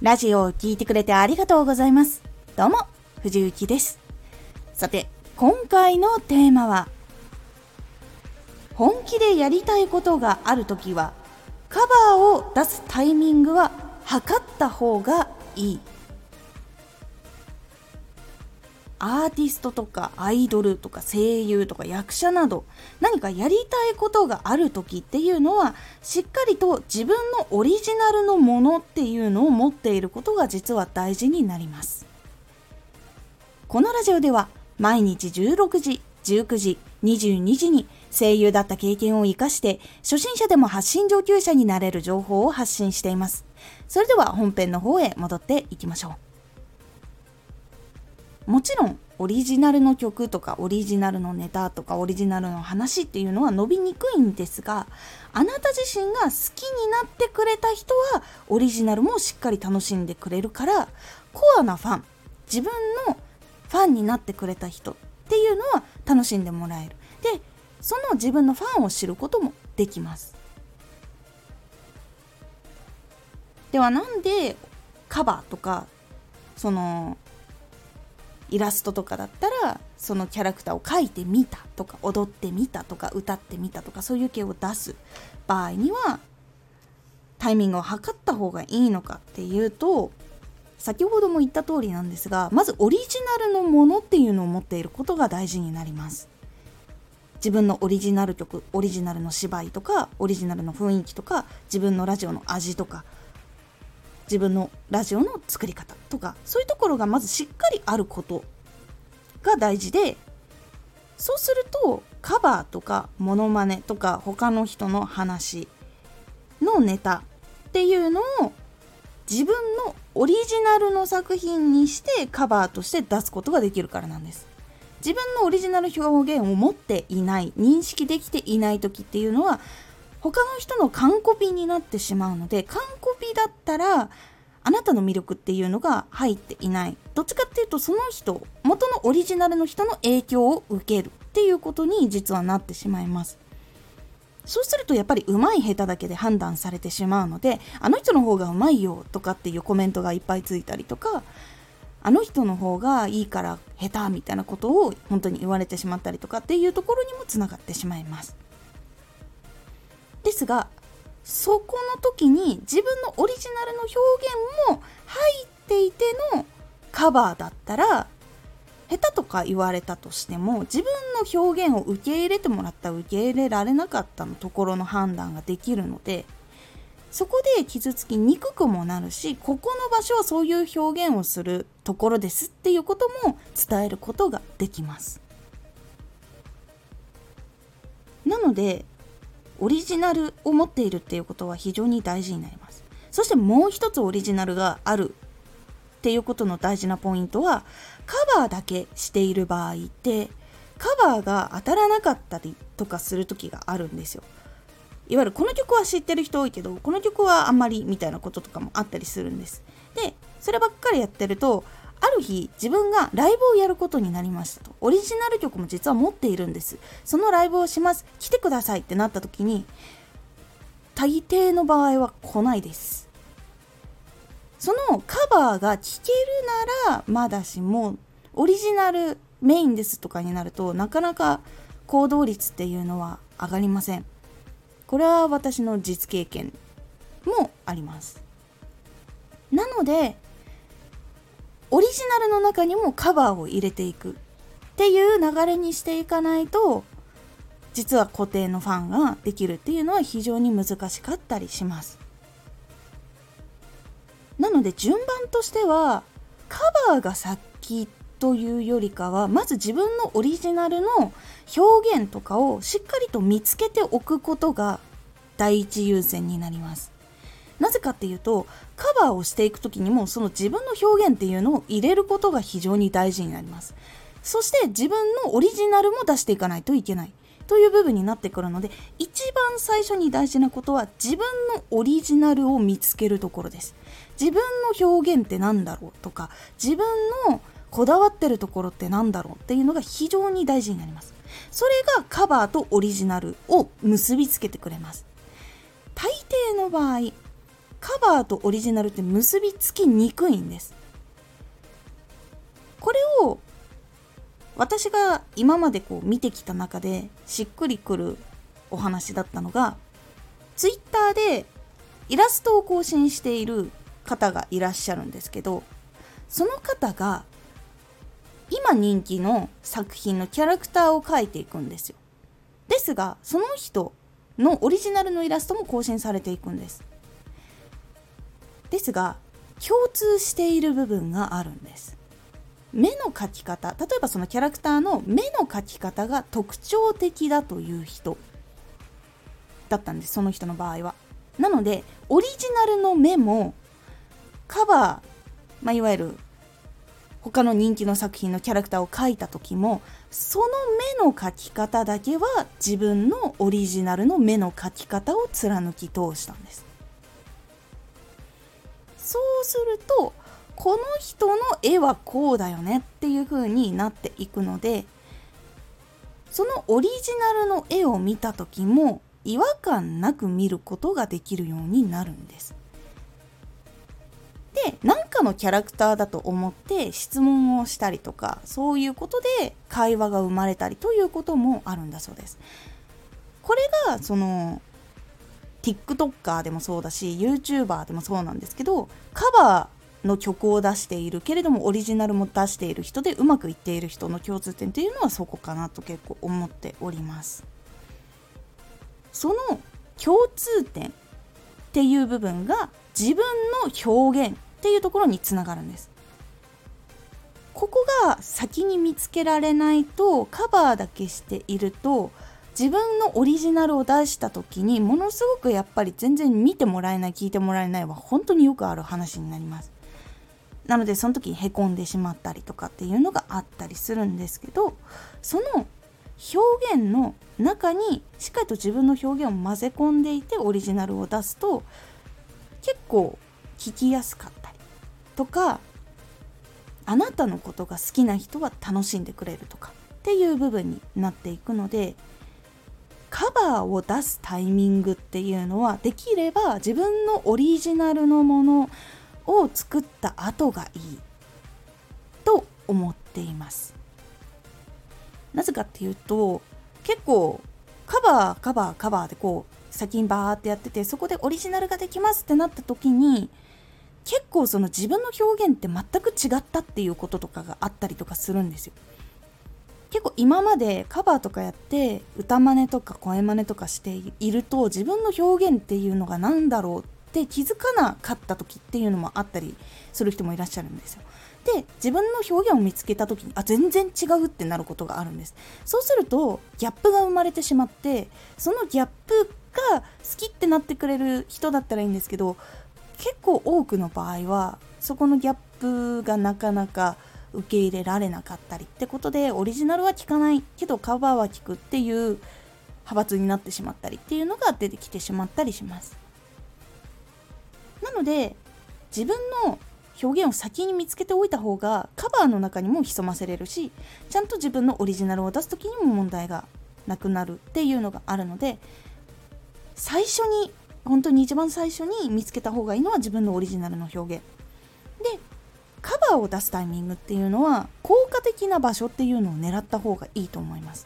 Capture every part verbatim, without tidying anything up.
ラジオを聞いてくれてありがとうございます。どうも、藤幸です。さて、今回のテーマは、本気でやりたいことがあるときは、カバーを出すタイミングは測った方がいい。アーティストとかアイドルとか声優とか役者など、何かやりたいことがあるときっていうのは、しっかりと自分のオリジナルのものっていうのを持っていることが実は大事になります。このラジオでは毎日じゅうろくじ、じゅうくじ、にじゅうにじに声優だった経験を生かして初心者でも発信上級者になれる情報を発信しています。それでは本編の方へ戻っていきましょう。もちろんオリジナルの曲とかオリジナルのネタとかオリジナルの話っていうのは伸びにくいんですが、あなた自身が好きになってくれた人はオリジナルもしっかり楽しんでくれるから、コアなファン、自分のファンになってくれた人っていうのは楽しんでもらえる。で、その自分のファンを知ることもできます。ではなんでカバーとかそのイラストとかだったらそのキャラクターを描いてみたとか踊ってみたとか歌ってみたとかそういう系を出す場合にはタイミングを測った方がいいのかっていうと、先ほども言った通りなんですが、まずオリジナルのものっていうのを持っていることが大事になります。自分のオリジナル曲、オリジナルの芝居とかオリジナルの雰囲気とか自分のラジオの味とか自分のラジオの作り方とか、そういうところがまずしっかりあることが大事で、そうするとカバーとかモノマネとか他の人の話のネタっていうのを自分のオリジナルの作品にしてカバーとして出すことができるからなんです。自分のオリジナル表現を持っていない、認識できていない時っていうのは他の人の完コピになってしまうので、完コピだったらあなたの魅力っていうのが入っていない。どっちかっていうとその人、元のオリジナルの人の影響を受けるっていうことに実はなってしまいます。そうするとやっぱり上手い下手だけで判断されてしまうので、あの人の方が上手いよとかっていうコメントがいっぱいついたりとか、あの人の方がいいから下手みたいなことを本当に言われてしまったりとかっていうところにもつながってしまいます。ですが、そこの時に自分のオリジナルの表現も入っていてのカバーだったら、下手とか言われたとしても自分の表現を受け入れてもらった、受け入れられなかったのところの判断ができるので、そこで傷つきにくくもなるし、ここの場所はそういう表現をするところですっていうことも伝えることができます。なのでオリジナルを持っているっていうことは非常に大事になります。そしてもう一つオリジナルがあるっていうことの大事なポイントは、カバーだけしている場合ってカバーが当たらなかったりとかする時があるんですよ。いわゆるこの曲は知ってる人多いけどこの曲はあんまりみたいなこととかもあったりするんです。で、そればっかりやってると、ある日自分がライブをやることになりましたと。オリジナル曲も実は持っているんです。そのライブをします。来てくださいってなった時に、大抵の場合は来ないです。そのカバーが聴けるならまだしも、オリジナルメインですとかになるとなかなか行動率っていうのは上がりません。これは私の実経験もあります。なのでオリジナルの中にもカバーを入れていくっていう流れにしていかないと、実は固定のファンができるっていうのは非常に難しかったりします。なので順番としてはカバーが先というよりかは、まず自分のオリジナルの表現とかをしっかりと見つけておくことが第一優先になります。なぜかっていうと、カバーをしていくときにもその自分の表現っていうのを入れることが非常に大事になります。そして自分のオリジナルも出していかないといけないという部分になってくるので、一番最初に大事なことは自分のオリジナルを見つけるところです。自分の表現ってなんだろうとか、自分のこだわってるところってなんだろうっていうのが非常に大事になります。それがカバーとオリジナルを結びつけてくれます。大抵の場合カバーとオリジナルって結びつきにくいんです。これを私が今までこう見てきた中でしっくりくるお話だったのが、ツイッターでイラストを更新している方がいらっしゃるんですけど、その方が今人気の作品のキャラクターを描いていくんですよ。ですがその人のオリジナルのイラストも更新されていくんです。ですが共通している部分があるんです。目の描き方、例えばそのキャラクターの目の描き方が特徴的だという人だったんです、その人の場合は。なのでオリジナルの目もカバー、まあ、いわゆる他の人気の作品のキャラクターを描いた時も、その目の描き方だけは自分のオリジナルの目の描き方を貫き通したんです。そうするとこの人の絵はこうだよねっていう風になっていくので、そのオリジナルの絵を見た時も違和感なく見ることができるようになるんです。で、何かのキャラクターだと思って質問をしたりとか、そういうことで会話が生まれたりということもあるんだそうです。これがその TikToker でもそうだし YouTuber でもそうなんですけど、カバーの曲を出しているけれどもオリジナルも出している人でうまくいっている人の共通点というのはそこかなと結構思っております。その共通点っていう部分が自分の表現っていうところにつながるんです。ここが先に見つけられないと、カバーだけしていると自分のオリジナルを出した時にものすごくやっぱり全然見てもらえない、聞いてもらえないは本当によくある話になります。なのでその時にへこんでしまったりとかっていうのがあったりするんですけど、その表現の中にしっかりと自分の表現を混ぜ込んでいてオリジナルを出すと結構聞きやすかったりとか、あなたのことが好きな人は楽しんでくれるとかっていう部分になっていくので、カバーを出すタイミングっていうのはできれば自分のオリジナルのものを作った後がいいと思っています。なぜかっていうと、結構カバーカバーカバーでこう先にバーってやってて、そこでオリジナルができますってなった時に結構その自分の表現って全く違ったっていうこととかがあったりとかするんですよ。結構今までカバーとかやって歌真似とか声真似とかしていると、自分の表現っていうのが何だろうって気づかなかった時っていうのもあったりする人もいらっしゃるんですよ。で、自分の表現を見つけた時にあ全然違うってなることがあるんです。そうするとギャップが生まれてしまって、そのギャップが好きってなってくれる人だったらいいんですけど、結構多くの場合はそこのギャップがなかなか受け入れられなかったりってことで、オリジナルは聴かないけどカバーは聴くっていう派閥になってしまったりっていうのが出てきてしまったりします。なので自分の表現を先に見つけておいた方がカバーの中にも潜ませれるし、ちゃんと自分のオリジナルを出す時にも問題がなくなるっていうのがあるので、最初に本当に一番最初に見つけた方がいいのは自分のオリジナルの表現で、カバーを出すタイミングっていうのは効果的な場所っていうのを狙った方がいいと思います。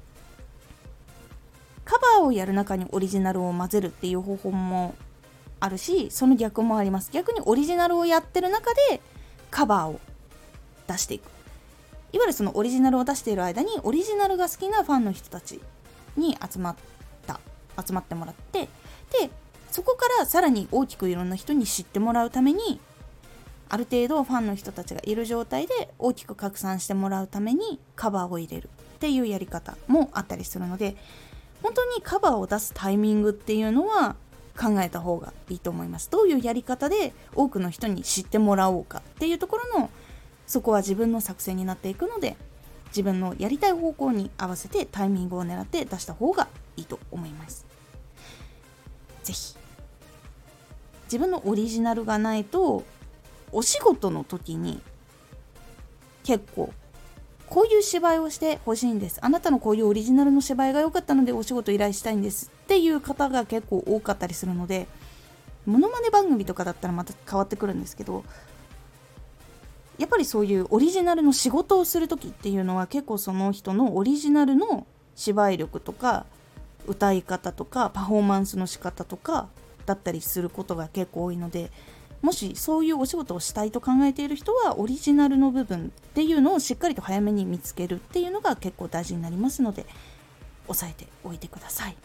カバーをやる中にオリジナルを混ぜるっていう方法もあるし、その逆もあります。逆にオリジナルをやってる中でカバーを出していく、いわゆるそのオリジナルを出している間にオリジナルが好きなファンの人たちに集まった集まってもらって、でそこからさらに大きくいろんな人に知ってもらうために、ある程度ファンの人たちがいる状態で大きく拡散してもらうためにカバーを入れるっていうやり方もあったりするので、本当にカバーを出すタイミングっていうのは考えた方がいいと思います。どういうやり方で多くの人に知ってもらおうかっていうところの、そこは自分の作戦になっていくので、自分のやりたい方向に合わせてタイミングを狙って出した方がいいと思います。ぜひ自分のオリジナルがないと、お仕事の時に結構こういう芝居をしてほしいんです、あなたのこういうオリジナルの芝居が良かったのでお仕事依頼したいんですっていう方が結構多かったりするので、 モノマネ番組とかだったらまた変わってくるんですけど、やっぱりそういうオリジナルの仕事をする時っていうのは結構その人のオリジナルの芝居力とか歌い方とかパフォーマンスの仕方とかだったりすることが結構多いので、もしそういうお仕事をしたいと考えている人はオリジナルの部分っていうのをしっかりと早めに見つけるっていうのが結構大事になりますので、押さえておいてください。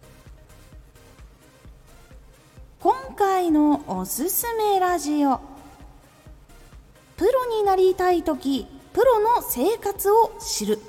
今回のおすすめラジオ、プロになりたいとき、プロの生活を知る。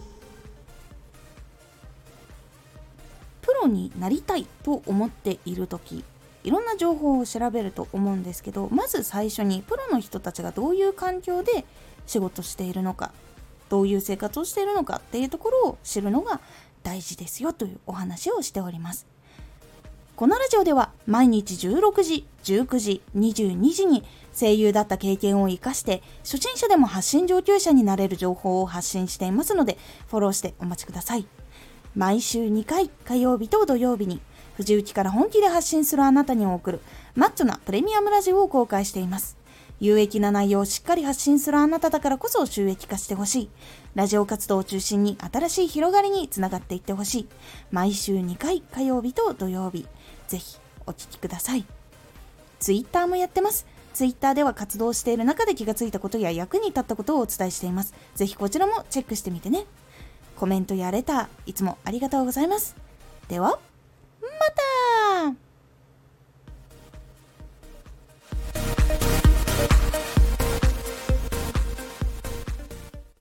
プロになりたいと思っているとき、いろんな情報を調べると思うんですけど、まず最初にプロの人たちがどういう環境で仕事しているのか、どういう生活をしているのかっていうところを知るのが大事ですよというお話をしております。このラジオでは毎日じゅうろくじ、じゅうくじ、にじゅうにじに声優だった経験を生かして初心者でも発信上級者になれる情報を発信していますので、フォローしてお待ちください。毎週にかい、火曜日と土曜日に藤内から本気で発信するあなたに送るマッチョなプレミアムラジオを公開しています。有益な内容をしっかり発信するあなただからこそ収益化してほしい。ラジオ活動を中心に新しい広がりにつながっていってほしい。毎週にかい、火曜日と土曜日、ぜひお聞きください。ツイッターもやってます。ツイッターでは活動している中で気がついたことや役に立ったことをお伝えしています。ぜひこちらもチェックしてみてね。コメントやレターいつもありがとうございます。ではまた。